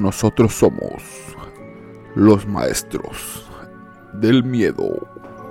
Nosotros somos los maestros del miedo.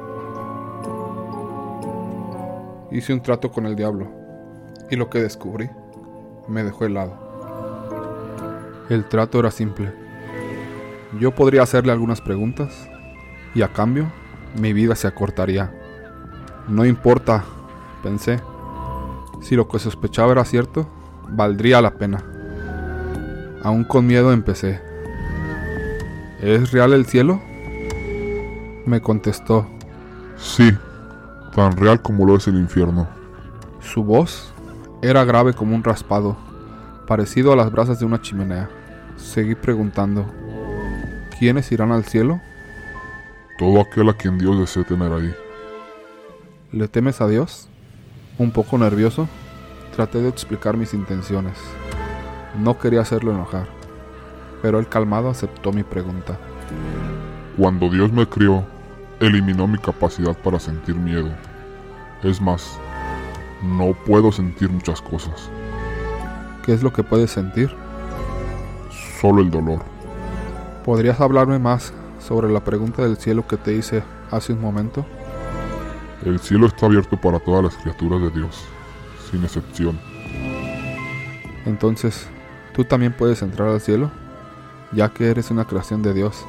Hice un trato con el diablo y lo que descubrí me dejó helado. El trato era simple. Yo podría hacerle algunas preguntas y a cambio mi vida se acortaría. No importa, pensé. Si lo que sospechaba era cierto, valdría la pena. Aún con miedo empecé. ¿Es real el cielo? Me contestó. Sí, tan real como lo es el infierno. Su voz era grave como un raspado, parecido a las brasas de una chimenea. Seguí preguntando. ¿Quiénes irán al cielo? Todo aquel a quien Dios desee tener ahí. ¿Le temes a Dios? Un poco nervioso, traté de explicar mis intenciones. No quería hacerlo enojar, pero él calmado aceptó mi pregunta. Cuando Dios me crió, eliminó mi capacidad para sentir miedo. Es más, no puedo sentir muchas cosas. ¿Qué es lo que puedes sentir? Solo el dolor. ¿Podrías hablarme más sobre la pregunta del cielo que te hice hace un momento? El cielo está abierto para todas las criaturas de Dios, sin excepción. Entonces, ¿tú también puedes entrar al cielo? Ya que eres una creación de Dios.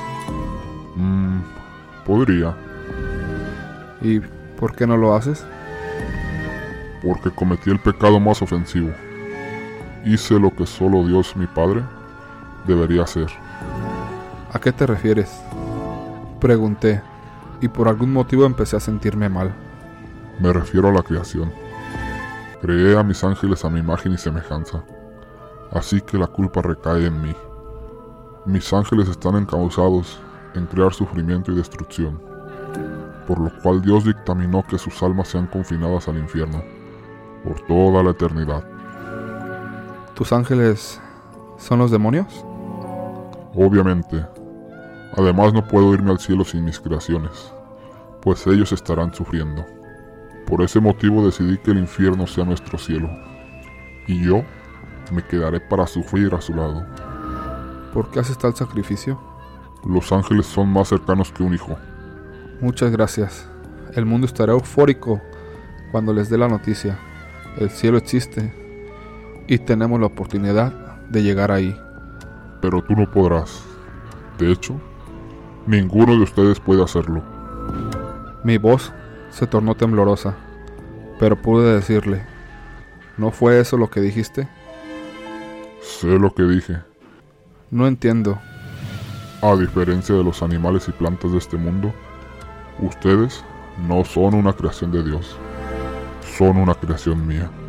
Podría. ¿Y por qué no lo haces? Porque cometí el pecado más ofensivo. Hice lo que solo Dios, mi Padre, debería hacer. ¿A qué te refieres? Pregunté, y por algún motivo empecé a sentirme mal. Me refiero a la creación. Creé a mis ángeles a mi imagen y semejanza, así que la culpa recae en mí. Mis ángeles están encausados en crear sufrimiento y destrucción, por lo cual Dios dictaminó que sus almas sean confinadas al infierno por toda la eternidad. ¿Tus ángeles son los demonios? Obviamente. Además, no puedo irme al cielo sin mis creaciones, pues ellos estarán sufriendo. Por ese motivo decidí que el infierno sea nuestro cielo, y yo me quedaré para sufrir a su lado. ¿Por qué haces tal sacrificio? Los ángeles son más cercanos que un hijo. Muchas gracias. El mundo estará eufórico cuando les dé la noticia. El cielo existe y tenemos la oportunidad de llegar ahí. Pero tú no podrás. De hecho, ninguno de ustedes puede hacerlo. Mi voz se tornó temblorosa, pero pude decirle, ¿no fue eso lo que dijiste? Sé lo que dije. No entiendo. A diferencia de los animales y plantas de este mundo, ustedes no son una creación de Dios, son una creación mía.